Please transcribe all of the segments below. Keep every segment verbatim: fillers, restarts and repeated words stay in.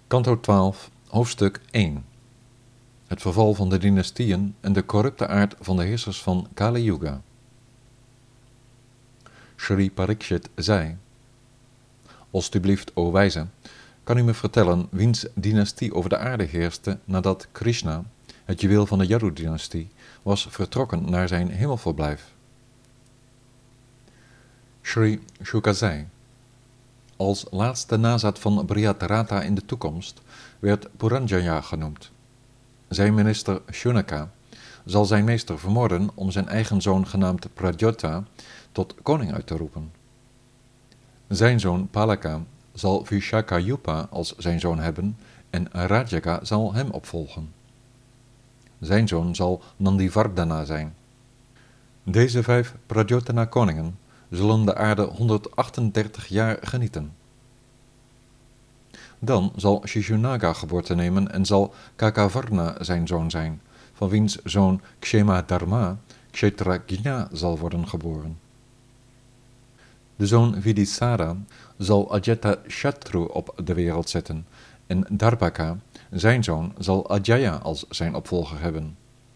Kanto twaalf, hoofdstuk één. Het verval van de dynastieën en de corrupte aard van de heersers van Kali Yuga. Shri Parikshit zei: Alsjeblieft, o wijze, kan u me vertellen wiens dynastie over de aarde heerste nadat Krishna, het juweel van de Yadu-dynastie, was vertrokken naar zijn hemelverblijf? Shri Shuka zei: Als laatste nazaat van Brihadarata in de toekomst werd Puranjaya genoemd. Zijn minister Shunaka zal zijn meester vermoorden om zijn eigen zoon genaamd Pradyota tot koning uit te roepen. Zijn zoon Palaka zal Vishakayupa als zijn zoon hebben en Rajaka zal hem opvolgen. Zijn zoon zal Nandivardhana zijn. Deze vijf Pradyotana koningen zullen de aarde honderdachtendertig jaar genieten. Dan zal Shishunaga geboorte nemen en zal Kakavarna zijn zoon zijn, van wiens zoon Kshema Dharma Kshetrajna zal worden geboren. De zoon Vidisara zal Ajatashatru op de wereld zetten en Darbhaka, zijn zoon, zal Ajaya als zijn opvolger hebben.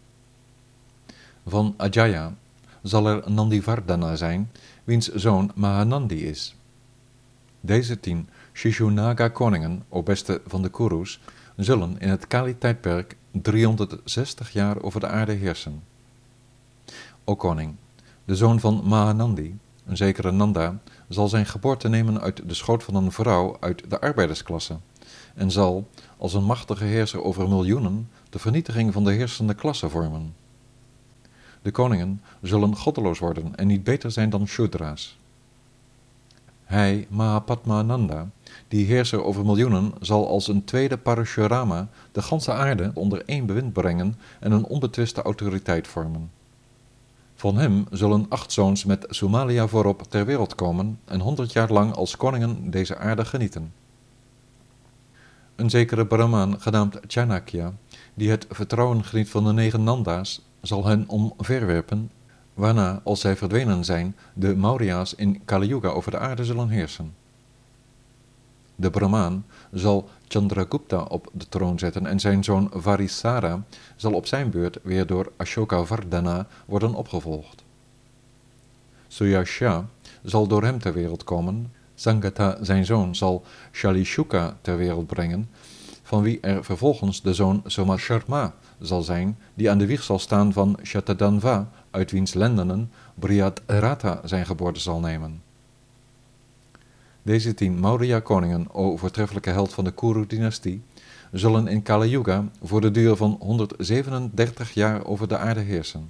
Van Ajaya zal er Nandivardhana zijn, wiens zoon Mahanandi is. Deze tien Shishunaga koningen, o beste van de Kurus, zullen in het Kali-tijdperk driehonderdzestig jaar over de aarde heersen. O koning, de zoon van Mahanandi, een zekere Nanda, zal zijn geboorte nemen uit de schoot van een vrouw uit de arbeidersklasse en zal, als een machtige heerser over miljoenen, de vernietiging van de heersende klasse vormen. De koningen zullen goddeloos worden en niet beter zijn dan Shudra's. Hij, Mahapadmananda, die heerser over miljoenen, zal als een tweede Parashurama de ganse aarde onder één bewind brengen en een onbetwiste autoriteit vormen. Van hem zullen acht zoons met Sumalia voorop ter wereld komen en honderd jaar lang als koningen deze aarde genieten. Een zekere Brahmaan genaamd Chanakya, die het vertrouwen geniet van de negen Nanda's, zal hen omverwerpen, waarna, als zij verdwenen zijn, de Maurya's in Kali Yuga over de aarde zullen heersen. De Brahmaan zal Chandragupta op de troon zetten en zijn zoon Varisara zal op zijn beurt weer door Ashokavardhana worden opgevolgd. Suyasha zal door hem ter wereld komen, Sangata zijn zoon zal Shalishuka ter wereld brengen, van wie er vervolgens de zoon Somasharma zal zijn, die aan de wieg zal staan van Shatadanva, uit wiens lendenen Brihadarata zijn geboorte zal nemen. Deze tien Maurya-koningen, o voortreffelijke held van de Kuru-dynastie, zullen in Kali Yuga voor de duur van honderdzevenendertig jaar over de aarde heersen.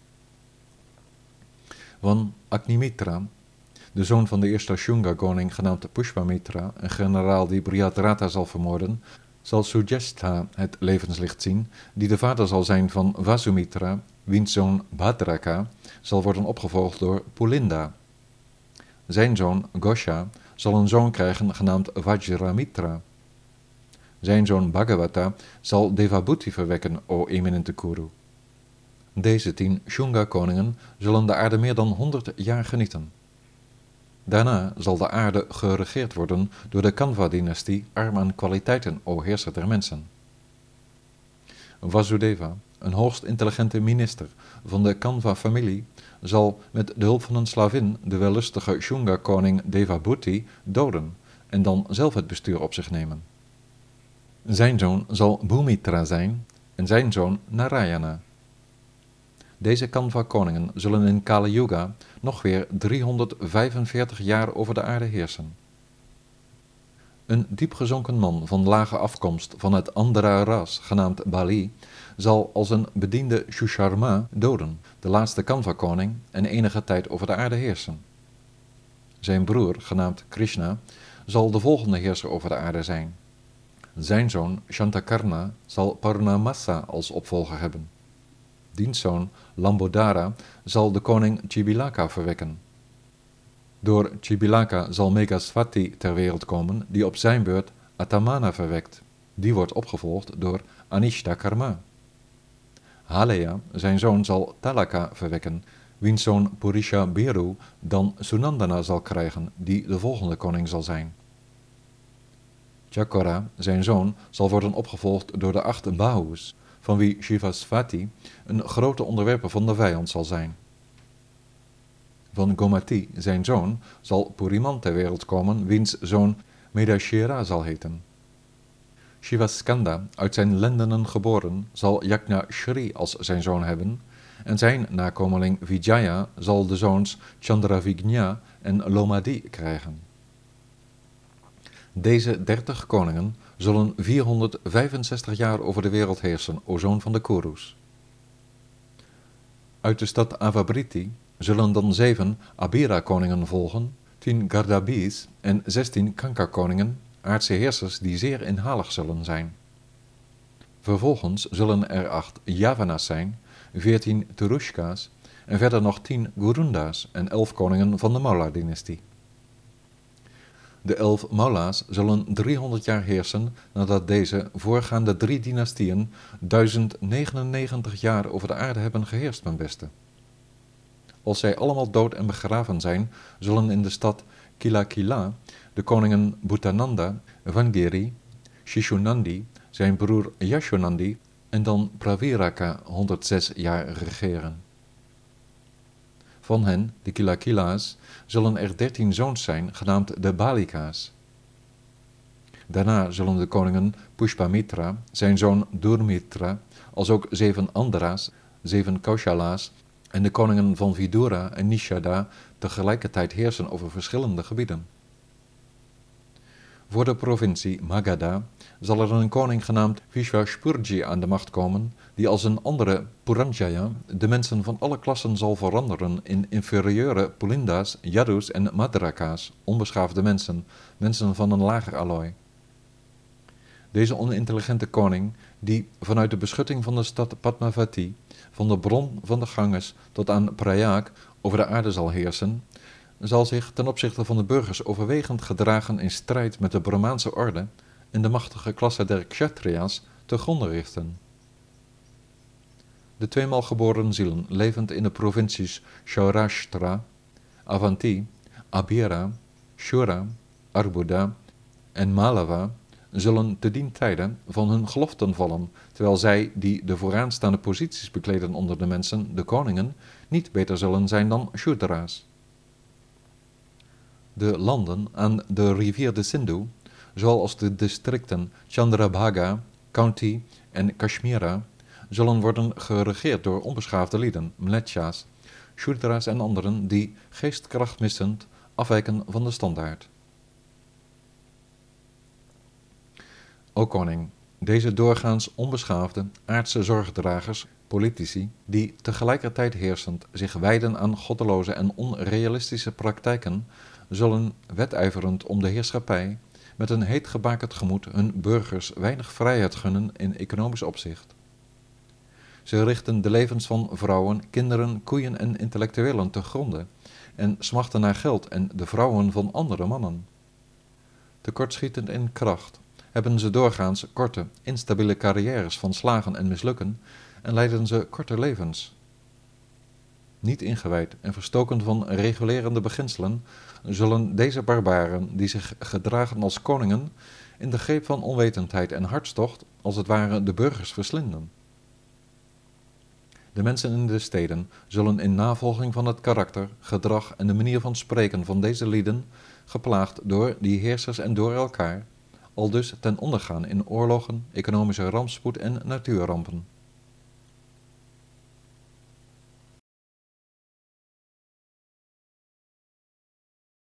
Van Agnimitra, de zoon van de eerste Shunga-koning genaamd Pushpamitra, een generaal die Brihadarata zal vermoorden, zal Sujestha het levenslicht zien, die de vader zal zijn van Vasumitra, wiens zoon Bhadraka zal worden opgevolgd door Pulinda. Zijn zoon Gosha zal een zoon krijgen genaamd Vajramitra. Zijn zoon Bhagavata zal Devabhuti verwekken, o eminente Kuru. Deze tien Shunga-koningen zullen de aarde meer dan honderd jaar genieten. Daarna zal de aarde geregeerd worden door de Kanva-dynastie, arm aan kwaliteiten, o heerser der mensen. Vasudeva, een hoogst intelligente minister van de Kanva-familie, zal met de hulp van een slavin de wellustige Shunga-koning Devabhuti doden en dan zelf het bestuur op zich nemen. Zijn zoon zal Bhumitra zijn en zijn zoon Narayana. Deze Kanva-koningen zullen in Kali Yuga nog weer driehonderdvijfenveertig jaar over de aarde heersen. Een diepgezonken man van lage afkomst van het Andhra ras, genaamd Bali, zal als een bediende Shusharma doden, de laatste Kanva-koning, en enige tijd over de aarde heersen. Zijn broer, genaamd Krishna, zal de volgende heerser over de aarde zijn. Zijn zoon Shantakarna zal Parnamassa als opvolger hebben. Diens zoon Lambodara zal de koning Chibilaka verwekken. Door Chibilaka zal Meghaswati ter wereld komen, die op zijn beurt Atamana verwekt. Die wordt opgevolgd door Anishtakarma. Haleya, zijn zoon, zal Talaka verwekken, wiens zoon Purisha Biru dan Sunandana zal krijgen, die de volgende koning zal zijn. Chakora, zijn zoon, zal worden opgevolgd door de acht Bahus, van wie Shivasvati een grote onderwerper van de vijand zal zijn. Van Gomati, zijn zoon, zal Puriman ter wereld komen, wiens zoon Medashira zal heten. Shivaskanda, uit zijn lendenen geboren, zal Yajna Shri als zijn zoon hebben, en zijn nakomeling Vijaya zal de zoons Chandravigna en Lomadi krijgen. Deze dertig koningen zullen vierhonderdvijfenzestig jaar over de wereld heersen, o zoon van de Kurus. Uit de stad Avabriti zullen dan zeven Abira-koningen volgen, tien Gardabis en zestien Kanka-koningen, aardse heersers die zeer inhalig zullen zijn. Vervolgens zullen er acht Yavanas zijn, veertien Turushka's en verder nog tien Gurunda's en elf koningen van de Maula-dynastie. De elf Maula's zullen driehonderd jaar heersen nadat deze voorgaande drie dynastieën duizend negenennegentig jaar over de aarde hebben geheerst, mijn beste. Als zij allemaal dood en begraven zijn, zullen in de stad Kilakila de koningen Bhutananda, Vangiri, Shishunandi, zijn broer Yashunandi en dan Praviraka honderdzes jaar regeren. Van hen, de Kilakila's, zullen er dertien zoons zijn, genaamd de Balika's. Daarna zullen de koningen Pushpamitra, zijn zoon Durmitra, als ook zeven Andhra's, zeven Kaushala's en de koningen van Vidura en Nishada tegelijkertijd heersen over verschillende gebieden. Voor de provincie Magadha zal er een koning genaamd Vishvashpurji aan de macht komen, die als een andere Puranjaya de mensen van alle klassen zal veranderen in inferieure Pulinda's, Yadus en Madraka's, onbeschaafde mensen, mensen van een lager allooi. Deze onintelligente koning, die vanuit de beschutting van de stad Padmavati, van de bron van de Ganges tot aan Prayag over de aarde zal heersen, zal zich ten opzichte van de burgers overwegend gedragen in strijd met de Brahmaanse orde en de machtige klasse der Kshatriya's te gronde richten. De tweemaal geboren zielen, levend in de provincies Saurashtra, Avanti, Abira, Shura, Arbuda en Malava, zullen te dien tijde van hun geloften vallen, terwijl zij, die de vooraanstaande posities bekleden onder de mensen, de koningen, niet beter zullen zijn dan Shudra's. De landen aan de rivier de Sindhu, zoals de districten Chandrabhaga, County en Kashmira, zullen worden geregeerd door onbeschaafde lieden, mletsha's, Shudra's en anderen die, geestkrachtmissend, afwijken van de standaard. O koning, deze doorgaans onbeschaafde, aardse zorgdragers, politici, die tegelijkertijd heersend zich wijden aan goddeloze en onrealistische praktijken, zullen, wedijverend om de heerschappij, met een heet gebakerd gemoed hun burgers weinig vrijheid gunnen in economisch opzicht. Ze richten de levens van vrouwen, kinderen, koeien en intellectuelen te gronde en smachten naar geld en de vrouwen van andere mannen. Tekortschietend in kracht hebben ze doorgaans korte, instabiele carrières van slagen en mislukken en leiden ze korte levens. Niet ingewijd en verstoken van regulerende beginselen, zullen deze barbaren, die zich gedragen als koningen, in de greep van onwetendheid en hartstocht, als het ware de burgers verslinden. De mensen in de steden zullen in navolging van het karakter, gedrag en de manier van spreken van deze lieden, geplaagd door die heersers en door elkaar, aldus ten onder gaan in oorlogen, economische rampspoed en natuurrampen.